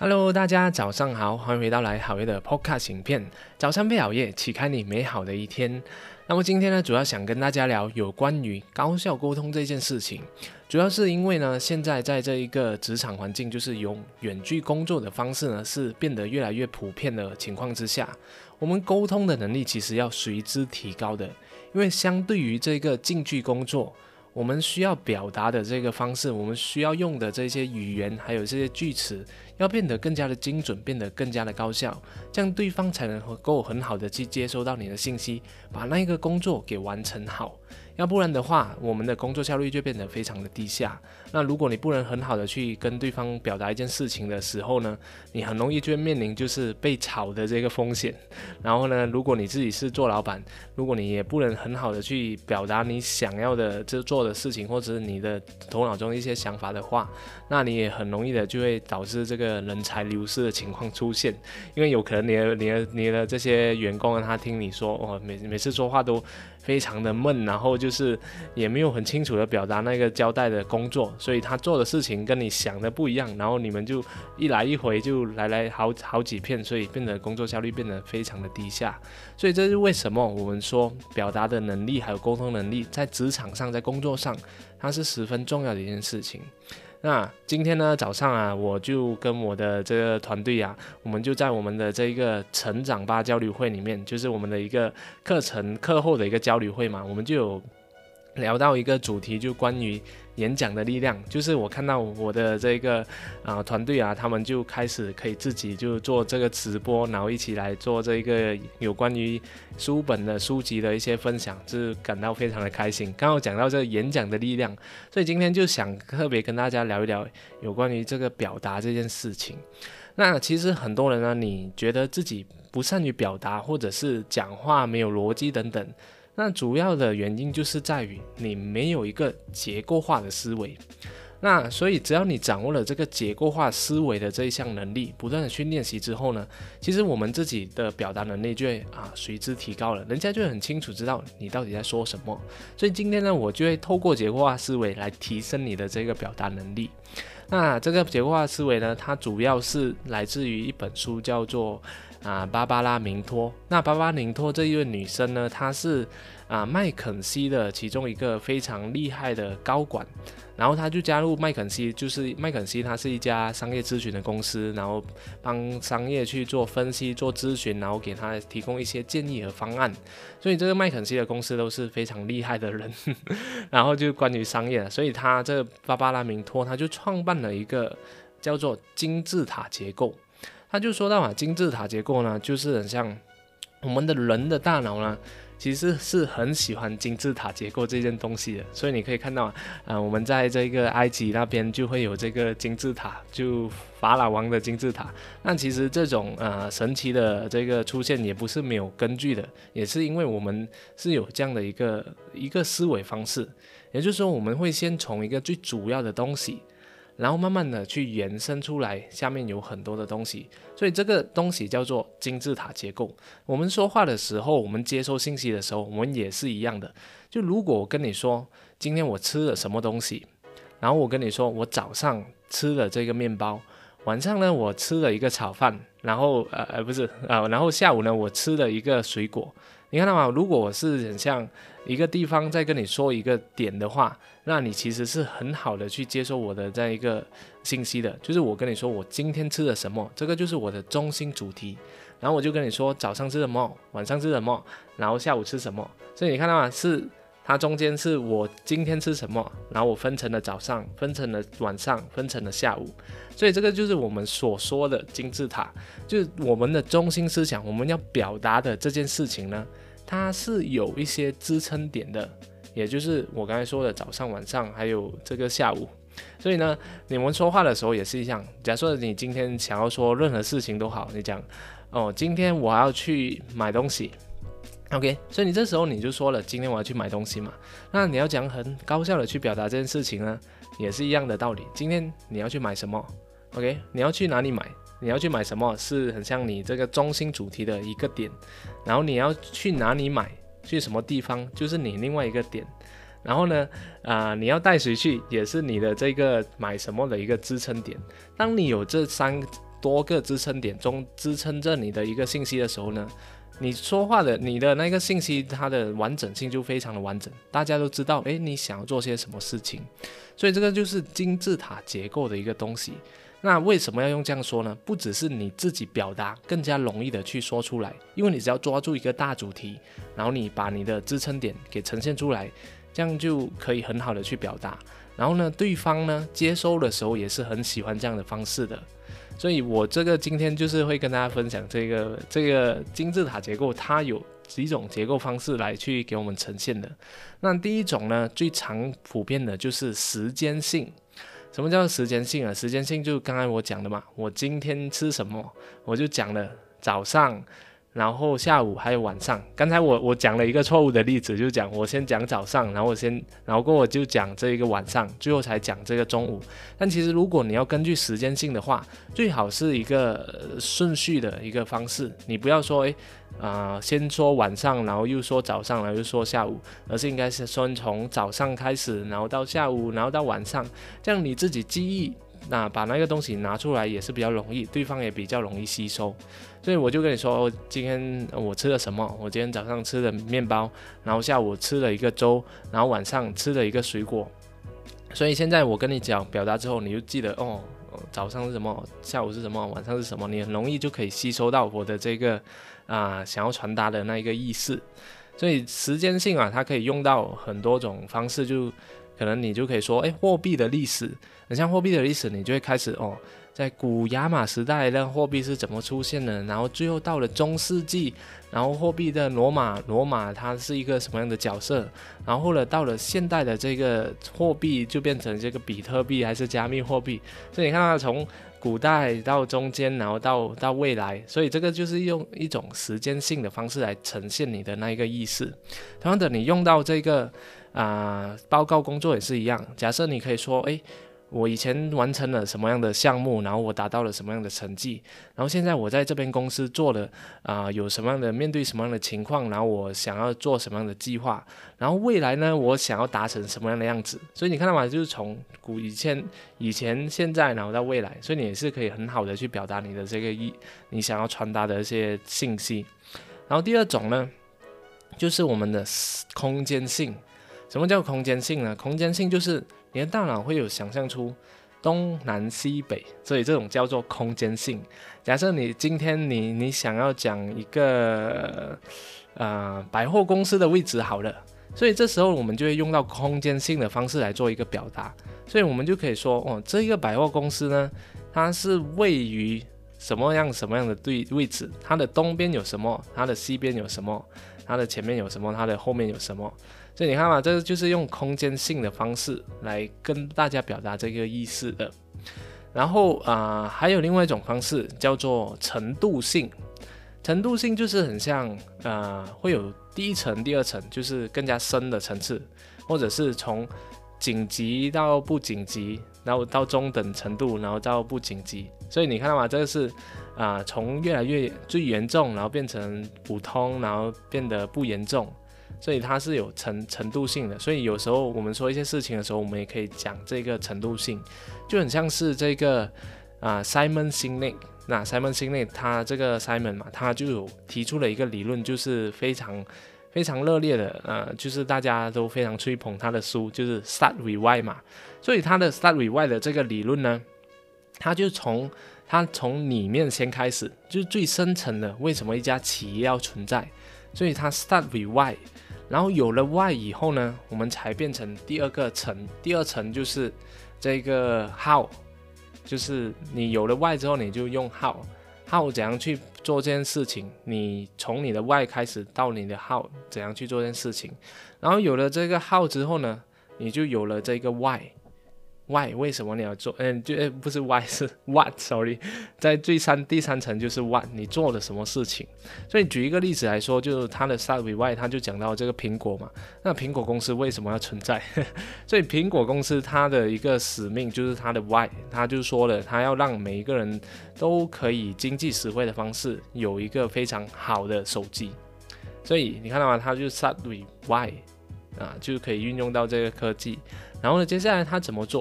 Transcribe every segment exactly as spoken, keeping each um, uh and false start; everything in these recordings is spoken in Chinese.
Hello， 大家早上好，欢迎回到来好业的 Podcast 影片。早上配好业，启开你美好的一天。那么今天呢，主要想跟大家聊有关于高效沟通这件事情。主要是因为呢，现在在这一个职场环境，就是用远距工作的方式呢，是变得越来越普遍的情况之下，我们沟通的能力其实要随之提高的。因为相对于这个近距工作，我们需要表达的这个方式，我们需要用的这些语言，还有这些句词，要变得更加的精准，变得更加的高效，这样对方才能够很好的去接收到你的信息，把那一个工作给完成好。要不然的话，我们的工作效率就变得非常的低下。那如果你不能很好的去跟对方表达一件事情的时候呢，你很容易就会面临就是被炒的这个风险。然后呢，如果你自己是做老板，如果你也不能很好的去表达你想要的这做的事情，或者是你的头脑中一些想法的话，那你也很容易的就会导致这个人才流失的情况出现。因为有可能你的你的你的这些员工他听你说，哦，每每次说话都非常的闷，然后就是也没有很清楚的表达那个交代的工作，所以他做的事情跟你想的不一样，然后你们就一来一回就来来好好几片，所以变得工作效率变得非常的低下。所以这是为什么我们说表达的能力还有沟通能力在职场上在工作上它是十分重要的一件事情。那今天呢早上啊，我就跟我的这个团队啊，我们就在我们的这个成长吧交流会里面，就是我们的一个课程课后的一个交流会嘛，我们就有聊到一个主题，就关于演讲的力量。就是我看到我的这个啊团队啊，他们就开始可以自己就做这个直播，然后一起来做这个有关于书本的书籍的一些分享，就是感到非常的开心。刚好讲到这个演讲的力量，所以今天就想特别跟大家聊一聊有关于这个表达这件事情。那其实很多人呢，你觉得自己不善于表达，或者是讲话没有逻辑等等，那主要的原因就是在于你没有一个结构化的思维。那所以只要你掌握了这个结构化思维的这一项能力，不断的去练习之后呢，其实我们自己的表达能力就会啊随之提高了，人家就会很清楚知道你到底在说什么。所以今天呢，我就会透过结构化思维来提升你的这个表达能力。那这个结构化思维呢，它主要是来自于一本书，叫做啊芭芭拉明托。那芭芭拉明托这一位女生呢，她是啊麦肯锡的其中一个非常厉害的高管，然后她就加入麦肯锡，就是麦肯锡它是一家商业咨询的公司，然后帮商业去做分析、做咨询，然后给他提供一些建议和方案。所以这个麦肯锡的公司都是非常厉害的人，然后就关于商业，所以他这个芭芭拉明托他就创办了一个叫做金字塔结构。他就说到啊，金字塔结构呢，就是很像我们的人的大脑呢，其实是很喜欢金字塔结构这件东西的。所以你可以看到啊，呃、我们在这个埃及那边就会有这个金字塔，就法老王的金字塔。那其实这种呃神奇的这个出现也不是没有根据的，也是因为我们是有这样的一个一个思维方式，也就是说我们会先从一个最主要的东西，然后慢慢的去延伸出来，下面有很多的东西，所以这个东西叫做金字塔结构。我们说话的时候，我们接收信息的时候，我们也是一样的。就如果我跟你说今天我吃了什么东西，然后我跟你说我早上吃了这个面包，晚上呢我吃了一个炒饭，然后呃不是呃，然后下午呢我吃了一个水果。你看到吗？如果我是很像一个地方在跟你说一个点的话，那你其实是很好的去接受我的这一个信息的。就是我跟你说我今天吃了什么，这个就是我的中心主题。然后我就跟你说早上吃什么，晚上吃什么，然后下午吃什么。所以你看到吗？是它中间是我今天吃什么，然后我分成了早上，分成了晚上，分成了下午。所以这个就是我们所说的金字塔，就是我们的中心思想，我们要表达的这件事情呢，它是有一些支撑点的，也就是我刚才说的早上、晚上还有这个下午。所以呢，你们说话的时候也是一样。假设你今天想要说任何事情都好，你讲哦，今天我要去买东西。OK， 所以你这时候你就说了，今天我要去买东西嘛。那你要讲很高效的去表达这件事情呢，也是一样的道理。今天你要去买什么 ？OK， 你要去哪里买？你要去买什么是很像你这个中心主题的一个点，然后你要去哪里买，去什么地方，就是你另外一个点。然后呢，啊、呃，你要带谁去，也是你的这个买什么的一个支撑点。当你有这三多个支撑点中支撑着你的一个信息的时候呢，你说话的你的那个信息它的完整性就非常的完整，大家都知道诶你想要做些什么事情，所以这个就是金字塔结构的一个东西。那为什么要用这样说呢？不只是你自己表达更加容易的去说出来，因为你只要抓住一个大主题，然后你把你的支撑点给呈现出来，这样就可以很好的去表达，然后呢对方呢接收的时候也是很喜欢这样的方式的。所以我这个今天就是会跟大家分享这个这个金字塔结构，它有几种结构方式来去给我们呈现的。那第一种呢，最常普遍的就是时间性。什么叫时间性啊？时间性就刚才我讲的嘛，我今天吃什么，我就讲了早上，然后下午还有晚上。刚才我我讲了一个错误的例子，就讲我先讲早上，然后我先，然后过后我就讲这一个晚上，最后才讲这个中午。但其实如果你要根据时间性的话，最好是一个顺序的一个方式，你不要说诶啊、呃，先说晚上，然后又说早上，然后又说下午，而是应该是先从早上开始，然后到下午，然后到晚上，这样你自己记忆，那把那个东西拿出来也是比较容易，对方也比较容易吸收。所以我就跟你说，哦、今天我吃了什么？我今天早上吃了面包，然后下午吃了一个粥，然后晚上吃了一个水果。所以现在我跟你讲表达之后，你就记得哦。早上是什么，下午是什么，晚上是什么，你很容易就可以吸收到我的这个啊、呃、想要传达的那一个意思。所以时间性啊，它可以用到很多种方式，就可能你就可以说，哎，货币的历史，很像货币的历史，你就会开始哦，在古亚马时代的货币是怎么出现的，然后最后到了中世纪，然后货币的罗马，罗马它是一个什么样的角色，然后呢到了现代的这个货币就变成这个比特币还是加密货币，所以你看它从古代到中间，然后到到未来，所以这个就是用一种时间性的方式来呈现你的那一个意思。同样的，你用到这个啊、呃、报告工作也是一样，假设你可以说，哎。我以前完成了什么样的项目，然后我达到了什么样的成绩，然后现在我在这边公司做了啊、呃、有什么样的面对什么样的情况，然后我想要做什么样的计划，然后未来呢我想要达成什么样的样子，所以你看到吗？就是从古以前、以前、现在，然后到未来，所以你也是可以很好的去表达你的这个意，你想要传达的一些信息。然后第二种呢，就是我们的空间性。什么叫空间性呢？空间性就是你的大脑会有想象出东南西北，所以这种叫做空间性。假设你今天你你想要讲一个呃百货公司的位置好了，所以这时候我们就会用到空间性的方式来做一个表达，所以我们就可以说哦，这一个百货公司呢，它是位于什么样什么样的对位置，它的东边有什么，它的西边有什么，它的前面有什么，它的后面有什么。所以你看嘛，这就是用空间性的方式来跟大家表达这个意思的。然后啊、呃，还有另外一种方式叫做程度性。程度性就是很像呃，会有第一层、第二层，就是更加深的层次，或者是从紧急到不紧急，然后到中等程度，然后到不紧急。所以你看到吗？这个是啊、呃，从越来越最严重，然后变成普通，然后变得不严重。所以它是有 程, 程度性的，所以有时候我们说一些事情的时候，我们也可以讲这个程度性，就很像是这个啊、呃、Simon Sinek， 那 Simon Sinek 他这个 Simon 嘛，他就有提出了一个理论，就是非常非常热烈的，呃，就是大家都非常吹捧他的书，就是 Start with Why 嘛，所以他的 Start with Why 的这个理论呢，他就从他从里面先开始，就是最深层的为什么一家企业要存在，所以他 Start with Why。然后有了 why 以后呢，我们才变成第二个层，第二层就是这个 how， 就是你有了 why 之后，你就用 how， how 怎样去做这件事情，你从你的 why 开始到你的 how 怎样去做这件事情，然后有了这个 how 之后呢，你就有了这个 why。Why 为什么你要做？嗯，就不是 why 是 what，sorry， 在最三第三层就是 what， 你做了什么事情？所以举一个例子来说，就是他的 start with why， 他就讲到这个苹果嘛，那苹果公司为什么要存在？所以苹果公司它的一个使命就是它的 why， 他就说了，他要让每一个人都可以经济实惠的方式有一个非常好的手机。所以你看到吗？他就 start with why。啊，就可以运用到这个科技。然后呢，接下来他怎么做？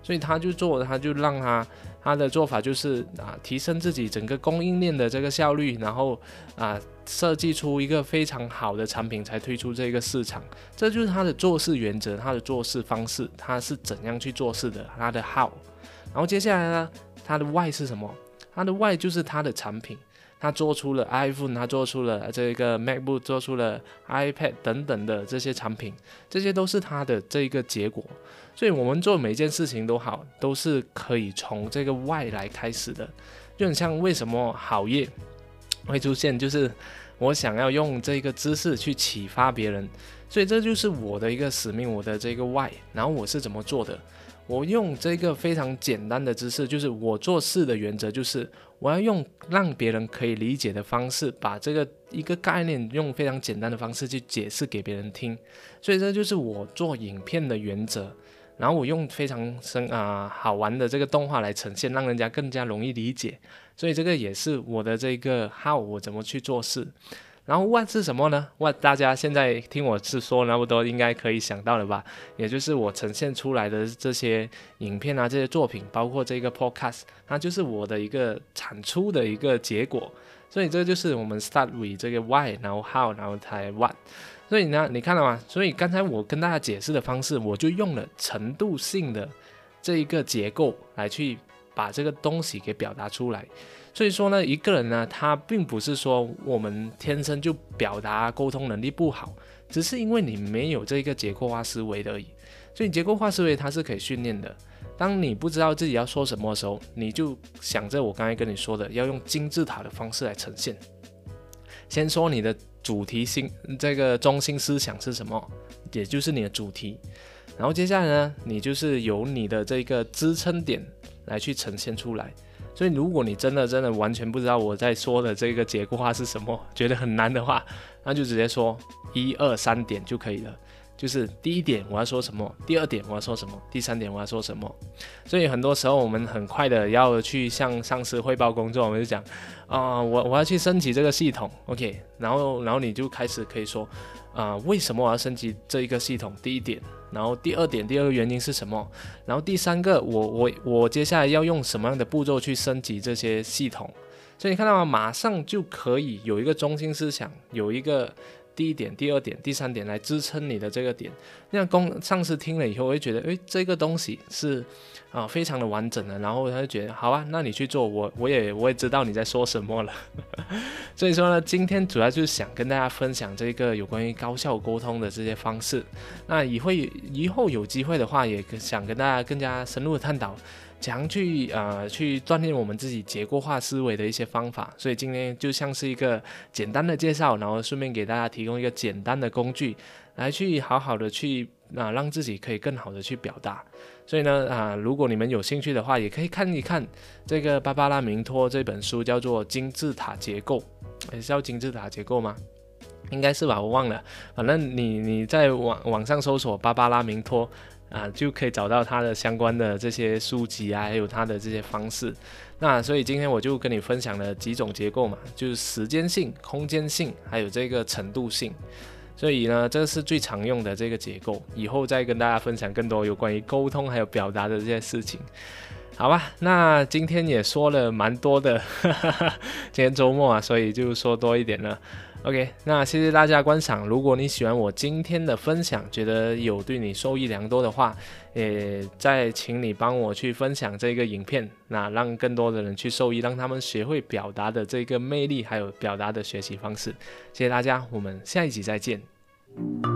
所以他就做，他就让他他的做法就是啊，提升自己整个供应链的这个效率，然后啊，设计出一个非常好的产品才推出这个市场。这就是他的做事原则，他的做事方式，他是怎样去做事的，他的 how。然后接下来呢，他的 why 是什么？他的 why 就是他的产品。他做出了 iPhone， 他做出了这个 MacBook， 做出了 iPad 等等的这些产品，这些都是他的这个结果。所以我们做每一件事情都好，都是可以从这个 why 来开始的。就很像为什么好业会出现，就是我想要用这个知识去启发别人，所以这就是我的一个使命，我的这个 why。然后我是怎么做的？我用这个非常简单的知识，就是我做事的原则，就是我要用让别人可以理解的方式，把这个一个概念用非常简单的方式去解释给别人听。所以这就是我做影片的原则。然后我用非常生啊、呃、好玩的这个动画来呈现，让人家更加容易理解。所以这个也是我的这个 how， 我怎么去做事。然后 what 是什么呢？ what 大家现在听我是说那么多，应该可以想到了吧？也就是我呈现出来的这些影片啊，这些作品，包括这个 podcast， 它就是我的一个产出的一个结果。所以这就是我们 start with 这个 why， 然后 how， 然后才 what。所以呢，你看到吗？所以刚才我跟大家解释的方式，我就用了程度性的这一个结构来去把这个东西给表达出来。所以说呢，一个人呢，他并不是说我们天生就表达沟通能力不好，只是因为你没有这个结构化思维而已。所以结构化思维它是可以训练的。当你不知道自己要说什么的时候，你就想着我刚才跟你说的，要用金字塔的方式来呈现。先说你的主题性，这个中心思想是什么，也就是你的主题。然后接下来呢，你就是由你的这个支撑点来去呈现出来。所以如果你真的真的完全不知道我在说的这个结构化是什么，觉得很难的话，那就直接说一二三点就可以了。就是第一点我要说什么，第二点我要说什么，第三点我要说什么。所以很多时候我们很快的要去向上司汇报工作，我们就讲啊、呃，我我要去升级这个系统 ，OK， 然后然后你就开始可以说啊、呃，为什么我要升级这一个系统？第一点，然后第二点，第二个原因是什么？然后第三个，我我我接下来要用什么样的步骤去升级这些系统？所以你看到吗？马上就可以有一个中心思想，有一个第一点、第二点、第三点来支撑你的这个点。那公上司听了以后会觉得，诶，这个东西是啊、呃、非常的完整的，然后他就觉得好啊，那你去做，我我也我也知道你在说什么了。所以说呢，今天主要就是想跟大家分享这个有关于高效沟通的这些方式。那以后以后有机会的话，也想跟大家更加深入的探讨。怎样去呃去锻炼我们自己结构化思维的一些方法，所以今天就像是一个简单的介绍，然后顺便给大家提供一个简单的工具，来去好好的去啊、呃、让自己可以更好的去表达。所以呢啊、呃，如果你们有兴趣的话，也可以看一看这个芭芭拉明托这本书，叫做金字塔结构，也是叫金字塔结构吗？应该是吧，我忘了。反正你你在网网上搜索芭芭拉明托。啊，就可以找到他的相关的这些书籍啊，还有他的这些方式。那所以今天我就跟你分享了几种结构嘛，就是时间性、空间性，还有这个程度性。所以呢，这是最常用的这个结构。以后再跟大家分享更多有关于沟通还有表达的这些事情。好吧，那今天也说了蛮多的，今天周末啊，所以就说多一点了。OK， 那谢谢大家观赏。如果你喜欢我今天的分享，觉得有对你受益良多的话，也再请你帮我去分享这个影片，那让更多的人去受益，让他们学会表达的这个魅力，还有表达的学习方式。谢谢大家，我们下一集再见。